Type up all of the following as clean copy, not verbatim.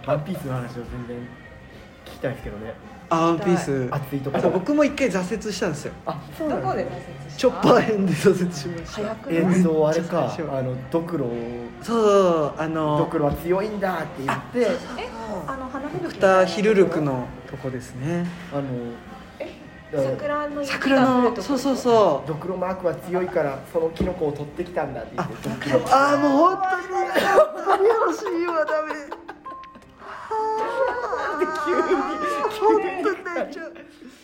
ワンピースの話を全然聞きたいですけどね。 ワンピース熱いところ。 僕も一回挫折したんですよ。 そうなんどこで挫折した？ チョッパー編で挫折しました。 早くあれか、ドクロそうドクロは強いんだって言ってドクターヒルルクのとこですね。桜のそうドクロマークは強いからそのキノコを取ってきたんだって言って。 もう本当に欲しいわ。ダメ。急に泣いちゃう。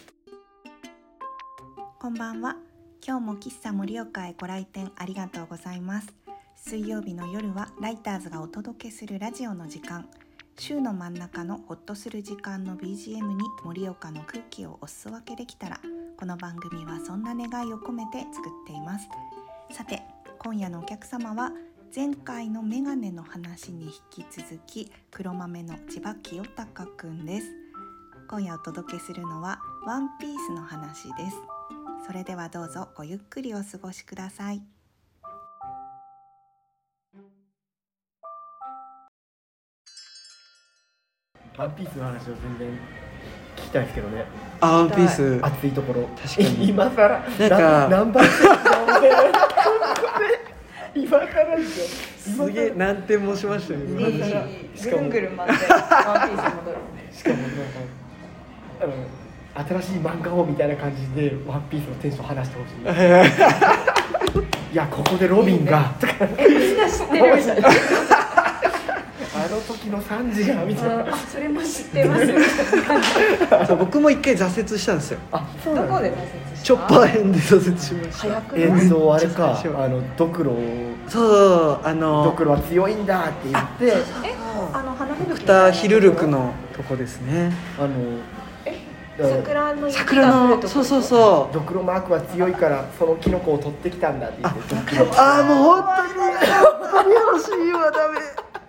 こんばんは。今日も喫茶盛岡へご来店ありがとうございます。水曜日の夜はライターズがお届けするラジオの時間。週の真ん中のホッとする時間の BGM に盛岡の空気をお裾分けできたら、この番組はそんな願いを込めて作っています。さて、今夜のお客様は前回のメガネの話に引き続き黒豆の千葉清隆くんです。今夜お届けするのはワンピースの話です。それではどうぞごゆっくりお過ごしください。 ワンピースの話を全然聞きたいですけどね。 ワンピース熱いところ。 確かに今更何番今からですよ。 すげえ何点もしましたよね。 ぐるんぐるん回ってワンピースに戻る。 しかも新しい漫画をみたいな感じでワンピースのテンション話してほしい。いやここでロビンがみんな知ってるみたいな。 あの時の3時がみたいな。 それも知ってます。 そう僕も一回挫折したんですよ。 どこで挫折した？ チョッパー編で挫折しました。 早くあれか、ドクロドクロは強いんだって言ってドクターヒルルクのとこですね。 桜のそうドクロマークは強いからそのキノコを取ってきたんだって言って。 もう本当に欲しいわ。ダメ。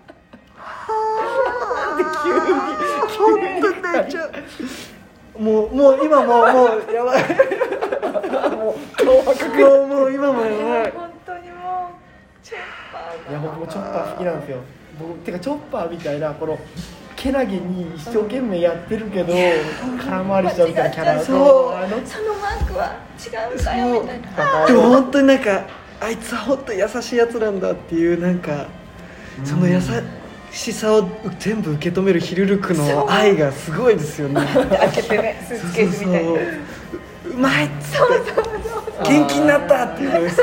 急に泣いちゃう。もう今もうやばい。もう今もやばい。 本当にもうチョッパー。 いや僕もチョッパー好きなんですよ。てかチョッパーみたいなこのけなげに一生懸命やってるけど空回りしちゃうみたいなキャラ。 そのマークは違うんだよみたいな。 でも本当にあいつは本当に優しいやつなんだっていうその優しさを全部受け止めるヒルルクの愛がすごいですよね。 開けてね、スーツケースみたいに。 うまいっつって元気になったっていうのです。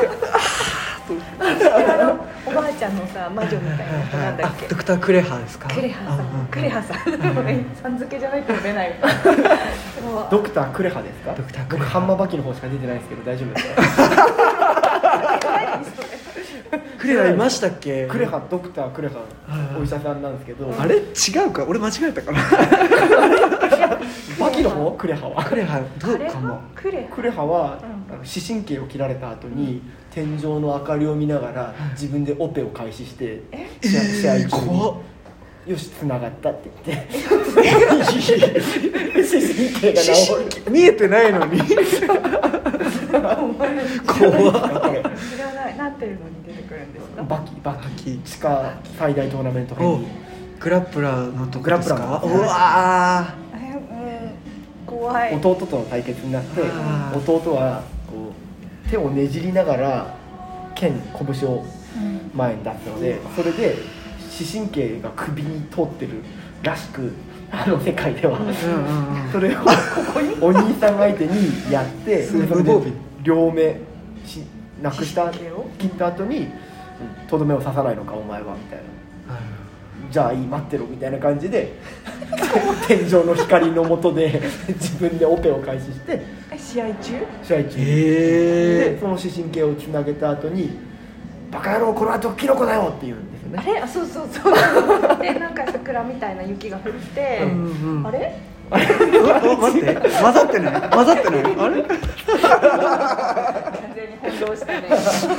おばあちゃんのさ魔女みたいな人なんだっけ？ ドクタークレハですか？ クレハさんさん付けじゃないと出ない。 ドクタークレハですか？僕ハンマーバキの方しか出てないですけど大丈夫ですか？ クレハいましたっけ？ ドクタークレハお医者さんなんですけど、 あれ違うか？俺間違えたかな。 バキの方？クレハはどうかも。 クレハは視神経を切られた後に天井の明かりを見ながら自分でオペを開始して試合中によし繋がったって言って視神経が治る。 見えてないのに。怖知らない。なんていうのに出てくるんですか？ バキ地下最大トーナメント編にグラップラーのとこですか？ うわ怖い。 弟との対決になって弟はこう手をねじりながら拳を前に出すので、それで視神経が首に通ってるらしく世界ではそれをお兄さん相手にやってそれで両目なくした切った後にとどめを刺さないのかお前はみたいな、じゃあいい待ってろみたいな感じで天井の光の下で自分でオペを開始して試合中でその視神経をつなげた後にバカ野郎この後キノコだよって言うんですよね。 あれそうでなんか桜みたいな雪が降って、あれ待って混ざってないあれ完全に翻弄したね。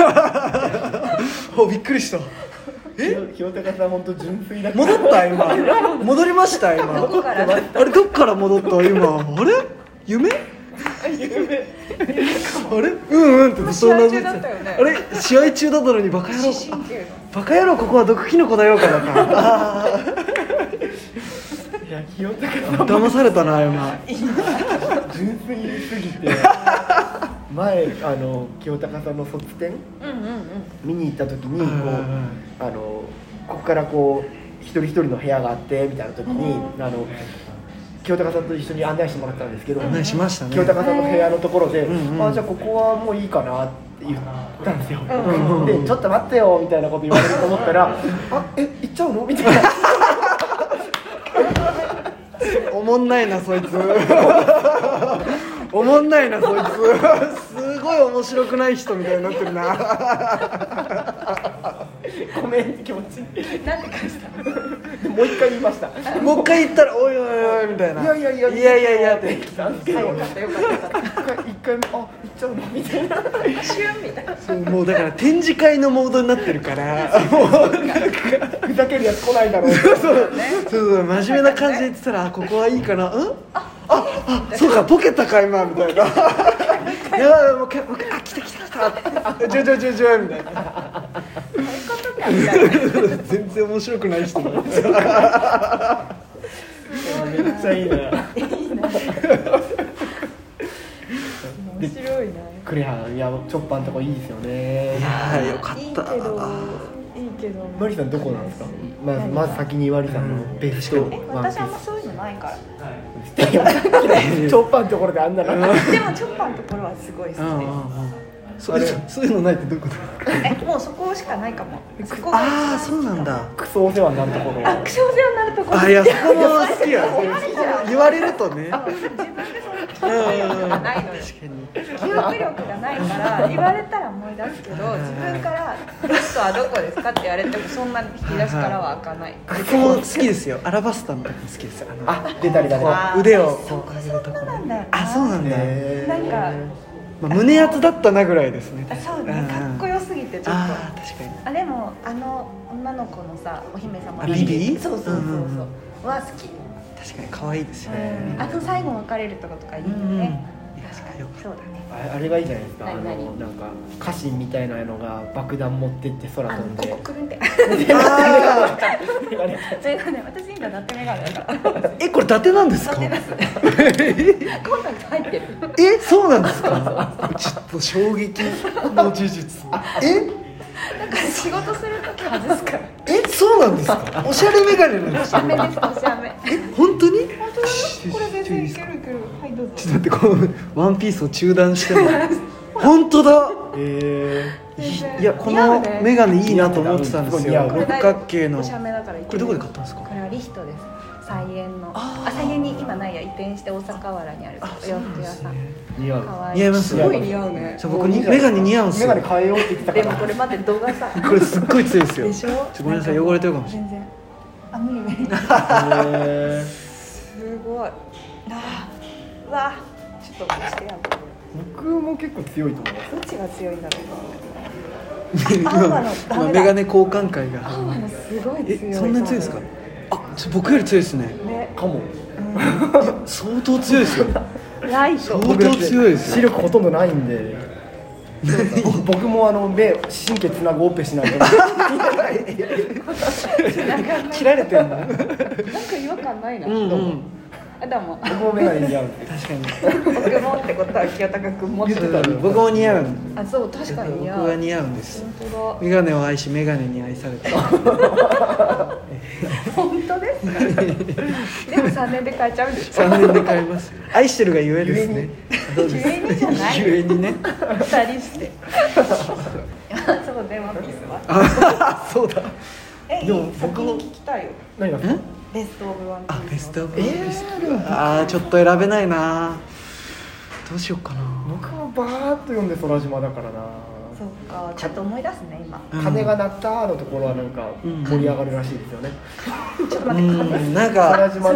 びっくりした。 清高さん本当純粋だ。 戻った今戻りました今。 どこからあれどっから戻った今。あれ夢あれって試合中だったよね。 あれ試合中だったのにバカ野郎ここは毒キノコだよからか。 いや清高さん騙されたな今。 純粋すぎて前清高さんの卒展見に行った時にここからこう一人一人の部屋があってみたいな時に清高さんと一緒に案内してもらったんですけど、 案内しましたね。 清高さんの部屋のところで、 うんじゃあここはもういいかなって言ったんですよ、でちょっと待ってよみたいなこと言われると思ったら行っちゃうのみたいなおもんないなそいつ。おもんないなそいつ。すごい面白くない人みたいになってるな。 ごめんって気持ちなんて返したの？ もう一回言いましたもう一回言ったらおいおいおいみたいな。 いやって言ったんですけど、 よかったよかった一回行っちゃうのみたいなシュンみたいな。 そうもうだから展示会のモードになってるからもうふざけるやつ来ないだろうそう真面目な感じで言ってたらここはいいかなそうかボケたか今みたいな。いやもう来たジョみたいな。 そういうことかみたいな。 全然面白くない人だ。 めっちゃいいな。 面白いな。 クレハンいやチョッパーのとこいいですよね。 いやよかった。 いいけど。 マリさんどこなんですか。まず先にマリさんのベストワンピース。 私あんまそういうのないから。 チョッパーのところであんなの。 でもチョッパーのところはすごい好きそういうのないってどこだ。 もうそこしかないかも。そこがああそうなんだ。 クソお世話になるところ。 クソお世話になるところ。 いやそこも好きや。言われるとね。 自分でその記憶力がないのよ。記憶力がないから言われたら思い出すけど、自分からベストはどこですかって言われてもそんなに引き出しからは開かない。 僕も好きですよ。アラバスタの時も好きですよ。 出たりだね。 腕をそこそうなんだよ。 あそうなんだ。 なんか胸厚だったなぐらいですね。 そうね、かっこよすぎてちょっと。 確かに。 でも女の子のさお姫様ビビそうは好き。 確かに可愛いですよね。 最後別れるとことかいいよね。 確かにそうだね。 あれがいいじゃないですか。 何なんか家臣みたいなのが爆弾持ってって空飛んで。 ここくるんって。それがね、私今ダテメガネだから。 これ伊達なんですか。 コンタクト入ってる。 そうなんですか。ちょっと衝撃の事実。 だから仕事するとき外すから。 そうなんですか。おしゃれメガネなんですか。 おしゃめです、おしゃめ。 本当に。 これ全然いける。はいどうぞ。 ちょっと待ってこのワンピースを中断しても。本当だ。いやこのメガネいいなと思ってたんですよ。六角形の。 おしゃめだからいける。 これどこで買ったんですか。 これはリヒトです。菜園の。菜園に今ないや移転して大阪原にあるお洋服屋さん。 似合う。 似合います。 すごい似合うね。 僕にメガネ似合うんですよ。 メガネ変えようって言ってたから。 でもこれまで動画さ。 これすっごい強いですよ。 でしょ。 ごめんなさい汚れてるかもしれない。 全然。無理。すごい。うわちょっとしてやる。 僕も結構強いと思います。 どっちが強いんだろう。 今メガネ交換会が。 青のすごい強い。 そんなに強いですか。僕より強いですね。 かも。 相当強いですよ。 ライト。 相当強いです。 視力ほとんどないんで。僕も目神経つなぐオペしないと。 切られてるの。 なんか違和感ないな。でも僕もメガネ似合う。 確かに。 僕もってことは清高君もってた。 僕も似合う。 そう確かに似合う。 僕は似合うんです。 本当だ。 メガネを愛しメガネに愛されて。 本当ですか。でも3年で変えちゃうんでしょ。 3年で変えます。愛してるがゆえですね。 ゆえにじゃない。 ゆえにね。 2人して。そうねワンピースは。 そうだ。 でも僕も聞きたいよ。 何が？ ベストオブワンピース。 ベストオブワンピース。ちょっと選べないな。どうしようかな。 僕もバーッと読んで空島だからな。 そうか、ちょっと思い出すね今。 鐘が鳴ったのところはなんか盛り上がるらしいですよね。 ちょっと待って、 なんか空島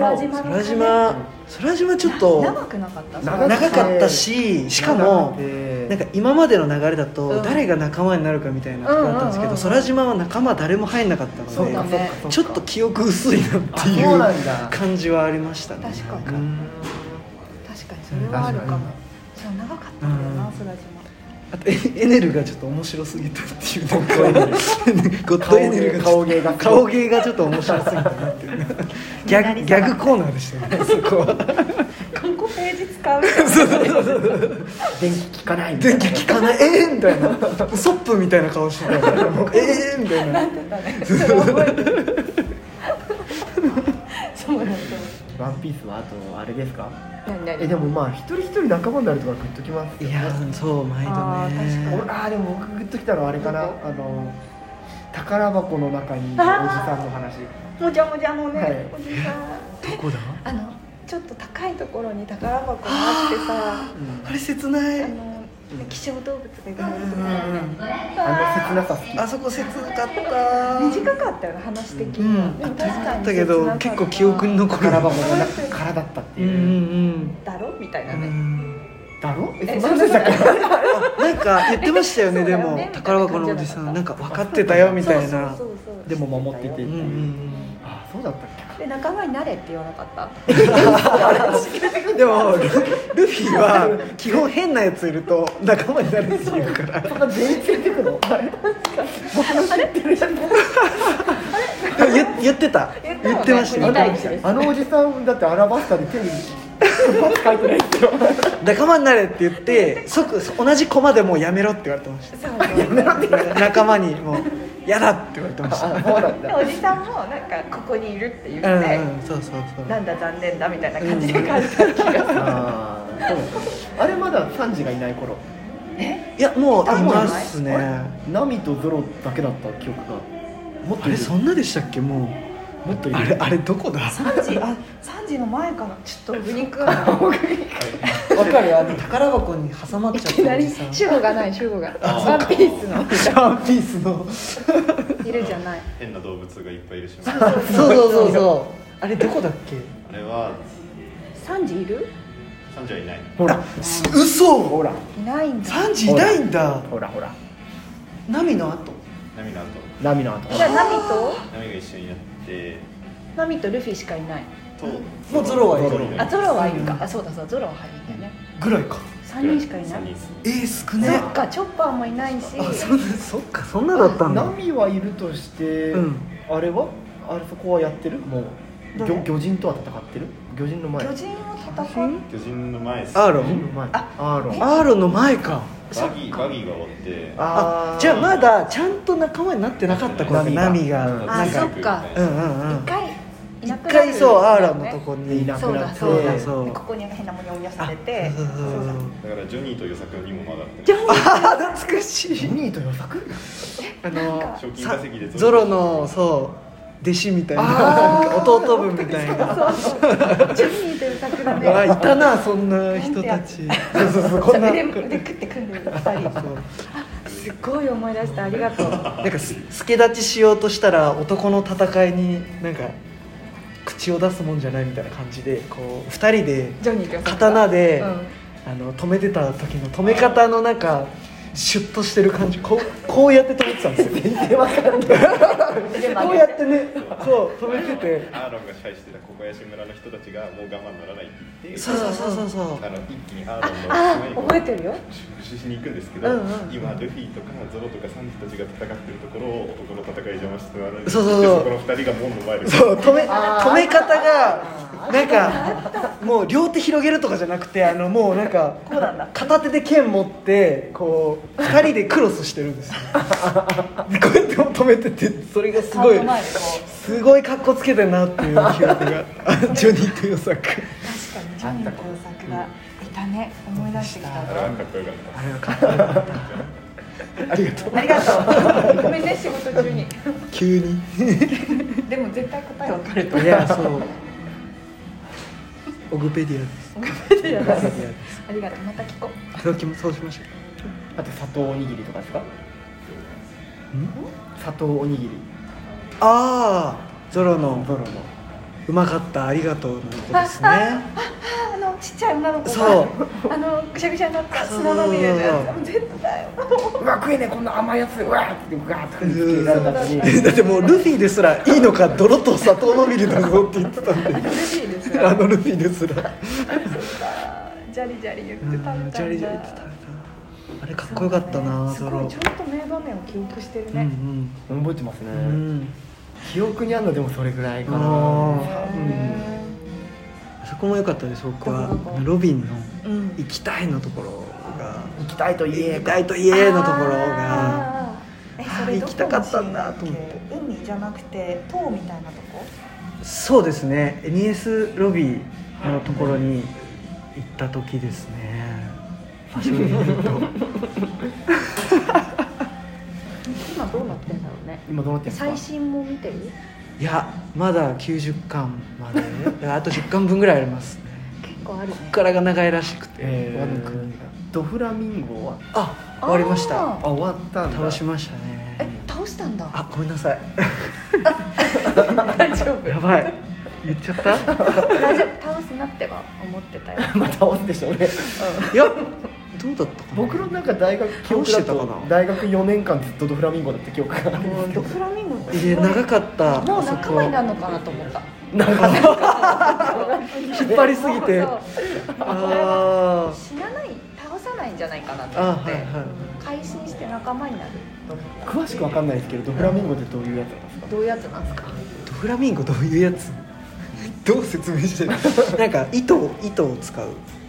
ちょっと長くなかった。 長かったし、しかもなんか今までの流れだと誰が仲間になるかみたいなとこだったんですけど、空島は仲間誰も入んなかったので、ちょっと記憶薄いなっていう感じはありましたね。 確かにそれはあるかも。そう長かったんだよな空島。 あとエネルがちょっと面白すぎたっていうゴッドエネルが顔芸がちょっと面白すぎたなっていうギャグコーナーでしたねそこは今後ページ使う電気効かないみたいなウソップみたいな顔してたみたいななんてたねそれ覚えてるそうなんだ。 ワンピースはあとあれですか？ 何でもまあ一人一人仲間になるとかグッときますよね。 いやそう毎度ねでも僕グッときたのはあれかな、宝箱の中にいるおじさんの話。 もじゃもじゃのね、 はい、 おじさんどこだ？ ちょっと高いところに宝箱があってさ、 あれ切ない希少動物がいるところね、 切なさ好き。 あそこ切なかった。 短かったよね話的には、でも確かにだけど結構記憶に残る。 宝箱の中からだったっていう、 だろみたいなね、 だろ何でしたっけなんか言ってましたよねでも宝箱のおじさんなんか分かってたよみたいな、 でも守っていてっていう、あそうだったっけ。 で仲間になれって言わなかったでもルフィは基本変なやついると仲間になるって言うからそんな全員連れてくの？あれ僕の知ってるじゃん。 言ってましたよ。 あのおじさんだってアラバスタで手に書いてないですよ。 仲間になれって言って即同じコマでもうやめろって言われてました。やめろって仲間にもう嫌だって言われてました。 おじさんもなんかここにいるって言って、なんだ残念だみたいな感じで感じた気がする。 あれまだサンジがいない頃。 いやもういますね。 ナミとゾロだけだった記憶が。もっとあれそんなでしたっけ？もっとあれどこだ ？3時の前かな。ちょっと上に行く。わかる宝箱に挟まっちゃったおじさん。 主語がない主語が。ワンピースのいるじゃない。 変な動物がいっぱいいるし。 そうあれどこだっけ？ あれは 3時いる ？3時はいない。 ほら嘘。 ほらいないんだ。 3時いないんだ。 ほらナミの後。 ナミの後。 じゃあナミが一緒になってナミとルフィしかいない。 もうゾロはいる。 ゾロはいるか。そうだゾロは入るんだよね。 ぐらいか。 3人しかいない。 少ね。 そっかチョッパーもいないし。 そっかそんなだったんだ。 ナミはいるとして、あれそこはやってる？もう魚人とは戦ってる？魚人の前。 魚人を戦う？ 魚人の前。 アーロンの前か。 バギーが終わって。 じゃあまだちゃんと仲間になってなかった頃ナミが。 そっか。一回そうアーロンのとこにいなくなって。 ここに変なものを寄せて。 だからジョニーとヨサクにも曲がって。 懐かしい。 ジョニーとヨサク？ ゾロの弟子みたいな弟分みたいな。 ジョニーとヨサクだね。 いたなそんな人たち。 こんなで食って組んでる2人。すごい思い出した。ありがとう。 なんか助立ちしようとしたら男の戦いになんか口を出すもんじゃないみたいな感じでこう2人で刀で止めてた時の止め方のなんかシュッとしてる感じこうやって止めてたんですよ。全然わかんない。こうやってねそう止めててアーロンが支配してた小林村の人たちがもう我慢ならないって言ってそう一気にアーロンの覚えてるよしに行くんですけど、今ルフィとかゾロとかサンジたちが戦ってるところを男の戦い邪魔してもらう。そこの2人が門の前で止め方がなんかもう両手広げるとかじゃなくてもうなんか片手で剣持ってこう2人でクロスしてるんですよ。こうやって止めててそれがすごいカッコつけてるなっていう記憶がジョニーとヨサク。 確かにジョニーとヨサクがいたね。思い出してきた。 あれはかっこよかった。 あれはかっこよかった。ありがとう。 ごめんね仕事中に。 急に。 でも絶対答え分かると思う。 いやそう。オグペディアです。 オグペディアです。ありがとう。また聞こう。 そうしましょう。 あと砂糖おにぎりとかですか？砂糖おにぎり。 ゾロのうまかったありがとうの子ですね。 ちっちゃい女の子がそうぐしゃぐしゃになった砂まみれのやつ絶対うわ食えねこんな甘いやつうわーってガーッとつけられたのにだってもうルフィですらいいのか泥と砂糖まみれだぞって言ってたんでルフィですらジャリジャリ言って食べたんだ。 ジャリジャリって食べた。 あれかっこよかったな、 すごいちゃんと名場面を記憶してるね。 覚えてますね。記憶にあるのでもそれぐらいかな。 そこも良かったです。僕はロビンの行きたいのところが、 行きたいと言えのところが行きたかったんだと思って。 海じゃなくて塔みたいなとこ。 そうですね、NES ロビーのところに行った時ですね。場所で言うと今どうなってんだろうね。 今どうなってんすか。 最新も見てる？ いや、まだ90巻まであと10巻分ぐらいありますね。 結構あるね。 こっからが長いらしくて、 ドフラミンゴは終わりました。 終わったんだ。 倒しましたね。 倒したんだ。 ごめんなさい大丈夫。 やばい、言っちゃった大丈夫、倒すなっては思ってたよ。 まあ倒すでしょうね。 いや、どうだったかな。 僕のなんか大学記憶だと大学4年間ずっとドフラミンゴだった記憶があるんですけど。 ドフラミンゴって長かった。 もう仲間になるのかなと思った。 引っ張りすぎて死なない、倒さないんじゃないかなと思って改心して仲間になる。 詳しくわかんないですけど、ドフラミンゴってどういうやつなんですか。 どういうやつなんですか。 ドフラミンゴどういうやつどう説明してるなんか糸を使う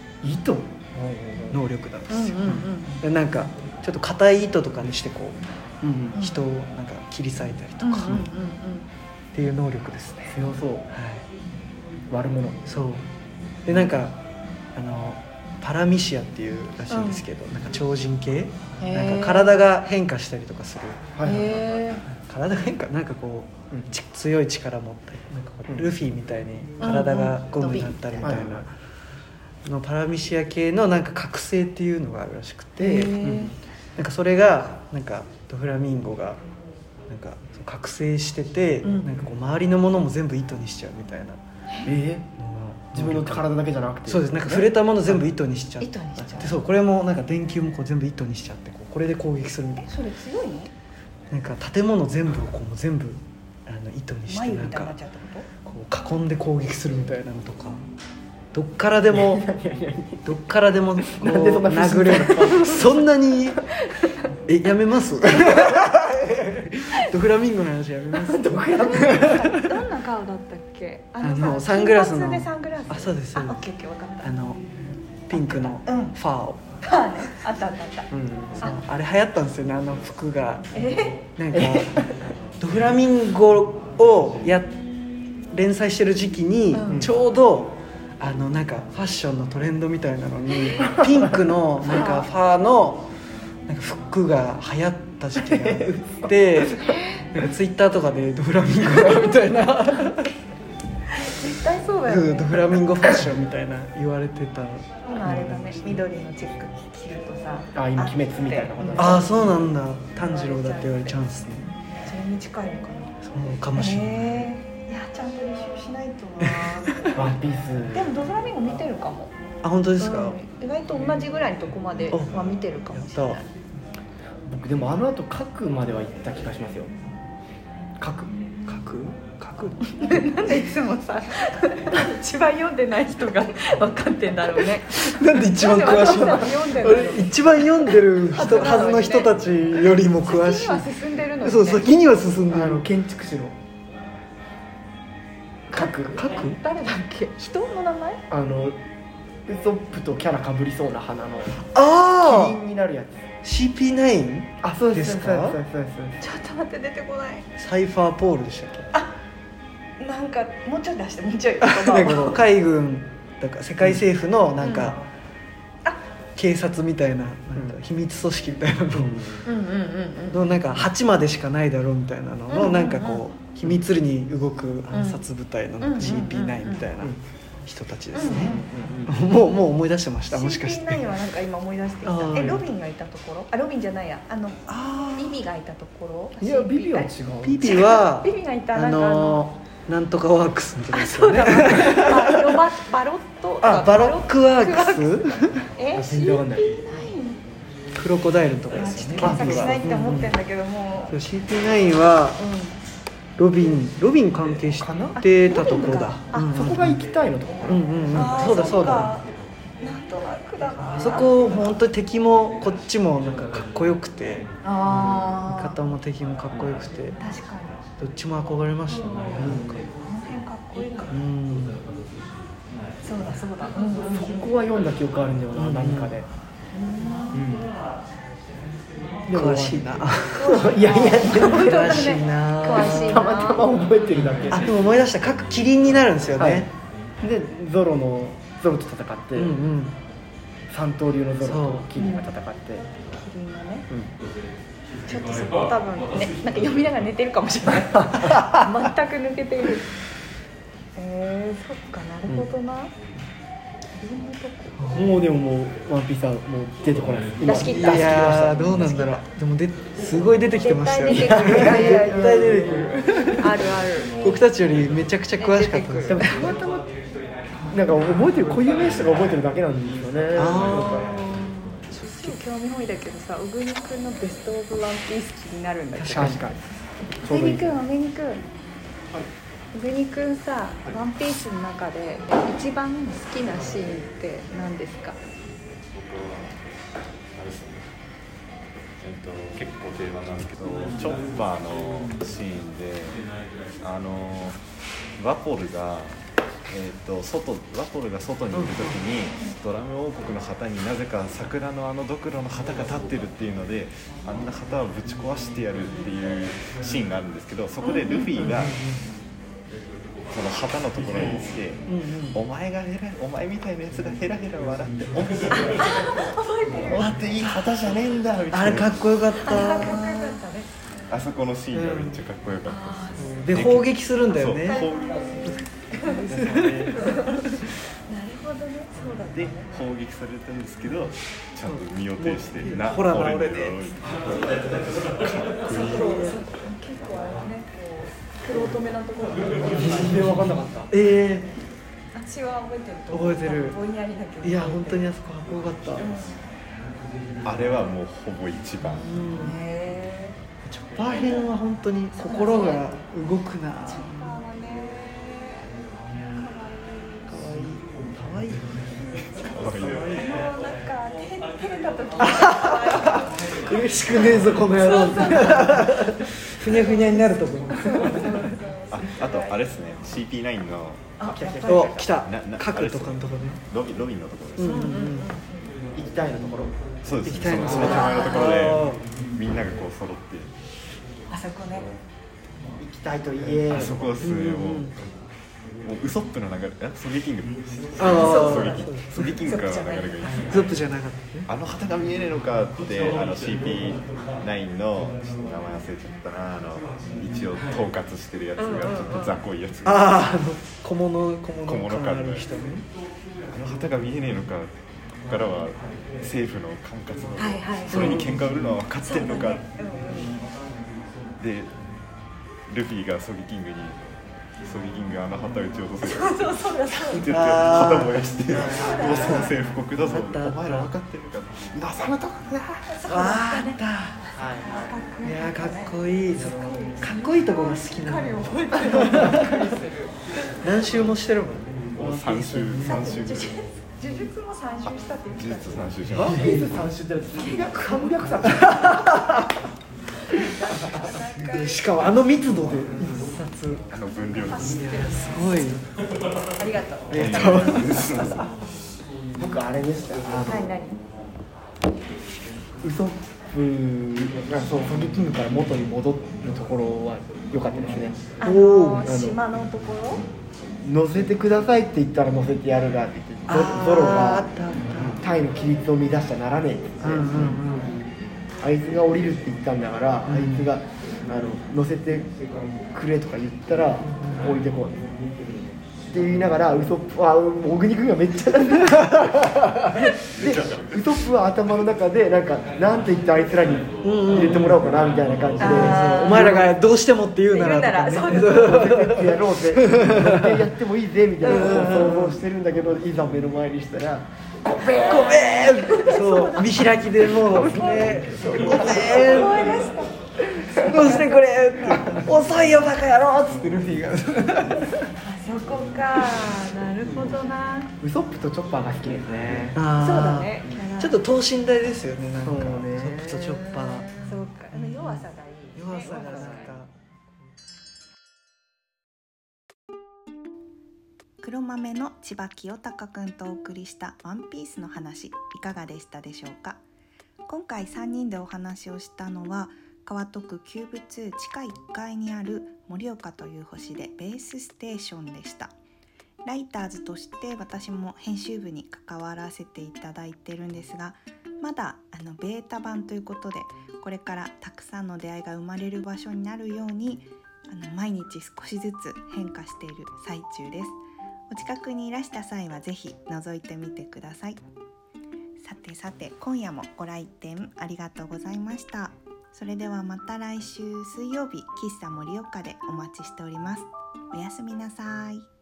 能力なんですよ。なんかちょっと硬い糸とかにしてこう、人をなんか切り裂いたりとかっていう能力ですね。 強そう。悪者。 そうで、なんかパラミシアっていうらしいんですけど、なんか超人系、なんか体が変化したりとかする。体が変化、なんかこう、強い力持ったり、なんかルフィみたいに体がゴムになったりみたいなのパラミシア系のなんか覚醒っていうのがあるらしくて、なんかそれがなんかドフラミンゴがなんか覚醒してて、なんかこう周りのものも全部糸にしちゃうみたいな。 自分の体だけじゃなくて。 そうです。なんか触れたもの全部糸にしちゃって、 糸にしちゃう。 そう、これもなんか電球もこう全部糸にしちゃって、これで攻撃するみたいな。 それ強いの？ なんか建物全部をこう全部糸にしてなんかこう囲んで攻撃するみたいなのとか、どっからでもこう殴れる。そんなにやめますドフラミンゴの話やめます。 どんな顔だったっけ。 サングラスの。そうです。 オッケーオッケー、分かった。 ピンクのファーを。 あったあった。 あれ流行ったんですよね、服が。なんかドフラミンゴを連載してる時期に、ちょうどなんかファッションのトレンドみたいなのにピンクのなんかファーのなんか服が流行った時期があって、なんかツイッターとかでドフラミンゴみたいな絶対そうだよね。 ドフラミンゴファッションみたいな言われてた。 今あれだね、緑のチェック着るとさ、 今鬼滅みたいなこと。 そうなんだ。炭治郎だって言われちゃうんですね。 それに近いのかな。 そうかもしれない。 いや、ちゃんと履修しないとな。 ワンピース。 でもドフラミンゴ見てるかも。 本当ですか。 意外と同じぐらいのとこまでは見てるかもしれない。 僕でも後書くまでは行った気がしますよ。書くなんでいつもさ一番読んでない人が分かってんだろうね。 なんで一番詳しいの。一番読んでるはずの人たちよりも詳しい。 先には進んでるのにね。 そう、先には進んでる。 建築士の書く誰だっけ、人の名前。 ウソップとキャラかぶりそうな花のキリンになるやつ。 CP9？ そうですか。 ちょっと待って、出てこない。 サイファーポールでしたっけ。 なんかもうちょい出して、もうちょい。 海軍とか世界政府のなんか、警察みたいな、なんか秘密組織みたいなののなんか8までしかないだろうみたいなののなんかこう秘密裏に動く暗殺部隊の CP9 みたいな人たちですね。もう思い出してました。もしかして CP9 はなんか今思い出してきた。ロビンがいたところ、ロビンじゃないや、ビビがいたところ。 いや、ビビは違う。 ビビはビビがいたなんとかワークスみたいなですよね。 バロックワークス。 全然わかんない。 クロコダイルのとこですよね。 検索しないって思ってんだけども。 CP9 はロビン関係してたとこだ。 そこが行きたいのとこ。 そうだ。 なんとなくだな。 あそこ本当に敵もこっちもなんかかっこよくて、 あ味方も敵もかっこよくて、 確かにどっちも憧れましたね。なんかこの辺かっこいいかな。そうだそうだ、 そこは読んだ記憶あるんだよな、何かで。 詳しいな。 いやいや、 詳しいな。 詳しいな。 たまたま覚えてるだけ。 あ、でも思い出した。各キリンになるんですよね。 はい、でゾロと戦って、三刀流のゾロとキリンが戦って、 キリンがね、ちょっとそこ多分ね、なんか読みながら寝てるかもしれない。全く抜けている。そっか、なるほどな。 もうでもワンピースはもう出てこないです。 出し切った。 いやどうなんだろう。でもすごい出てきてましたよね。 絶対出てくる。 絶対出てくる。 あるある。 僕たちよりめちゃくちゃ詳しかったです。 でもたまたまなんか覚えてる固有名詞とか覚えてるだけなんですよね。 興味本位だけどさ、小国くんのベストオブワンピース気になるんだけど。 確かに。 小国くん、小国くんさ、ワンピースの中で一番好きなシーンって何ですか？ 結構定番なんですけど、チョッパーのシーンでワポルが外にいる時にドラム王国の旗になぜか桜のドクロの旗が立ってるっていうので、あんな旗をぶち壊してやるっていうシーンがあるんですけど、そこでルフィがその旗のところに来て、お前みたいなやつがヘラヘラ笑って終わっていい旗じゃねえんだみたいな。 あれかっこよかった。 あそこのシーンがめっちゃかっこよかったです。で砲撃するんだよね。 なるほどね、そうだね。 で砲撃されたんですけど、ちゃんと身を挺してほら俺で。 かっこいい。 結構あれね、黒乙女なところ。 全然分かんなかった。 私は覚えてると。 覚えてる。 ぼんやりだけど。 いや本当にあそこかっこよかった。 あれはもうほぼ一番。 チョッパー編は本当に心が動くな。 チョッパーはね、 かわいい。 もうなんか照れた時に嬉しくねえぞこの野郎。ふにゃふにゃになるところ。 あとあれですね、 CP9 の来た角とかのところね。 ロビンのところですね。 行きたいのところ。 そうですね。 行きたいのその手前のところでみんながこう揃って、 あそこね、 行きたいと言え。 あそこはすごいもうウソップの流れ、ソゲキング、ソゲキングからの流れがいいですね。 ゾップじゃなかったね。 あの旗が見えねえのかって、CP9 の名前忘れちゃったな、一応統括してるやつがちょっと雑魚いやつが、 小物感ある人ね。 あの旗が見えねえのか、ここからは政府の管轄の、それに喧嘩売るのは分かってんのか、でルフィがソゲキングあの旗撃ち落とせるって言って旗燃やして、政府国だぞ、お前ら分かってるか、望むところだ。 あった。いやかっこいい。かっこいいとこが好きなの。何周もしてるもんね。 3周ぐらい。 呪術も3周したって言ってた。 呪術3周しワンまピース3周って300冊。 しかもあの密度で一冊。 分量です。 すごい。 ありがとう。 僕あれでしたよ。 何？ ウソップがソゲキングから元に戻るところは良かったですね。 島のところ？ 乗せてくださいって言ったら乗せてやるがって言って、ゾロがタイの規律を乱しちゃならねえって言って、あいつが降りるって言ったんだから、あいつが乗せてくれとか言ったら降りてこいって言いながら、ウソップは小国君がめっちゃなんでウソップは頭の中でなんて言ってあいつらに入れてもらおうかなみたいな感じで、 お前らがどうしてもって言うならとかね、 やろうぜやってもいいぜみたいな想像してるんだけど、いざ目の前にしたらごめんそう見開きでもうね、ごめんどうしてくれ遅いよバカ野郎っつってルフィがそこか、なるるほどな。 ウソップとチョッパーが好きですね。 そうだね。 ちょっと等身大ですよね、なんかそうね。 ウソップとチョッパー。 そうか、弱さがいい、 弱さがなんか。 黒豆の千葉清隆くんとお送りしたワンピースの話、いかがでしたでしょうか。今回3人でお話をしたのは川戸区キューブ2地下1階にある盛岡という星でベースステーションでした。ライターズとして私も編集部に関わらせていただいてるんですが、まだベータ版ということで、これからたくさんの出会いが生まれる場所になるように毎日少しずつ変化している最中です。お近くにいらした際はぜひ覗いてみてください。さて今夜もご来店ありがとうございました。それではまた来週水曜日、喫茶盛岡でお待ちしております。おやすみなさい。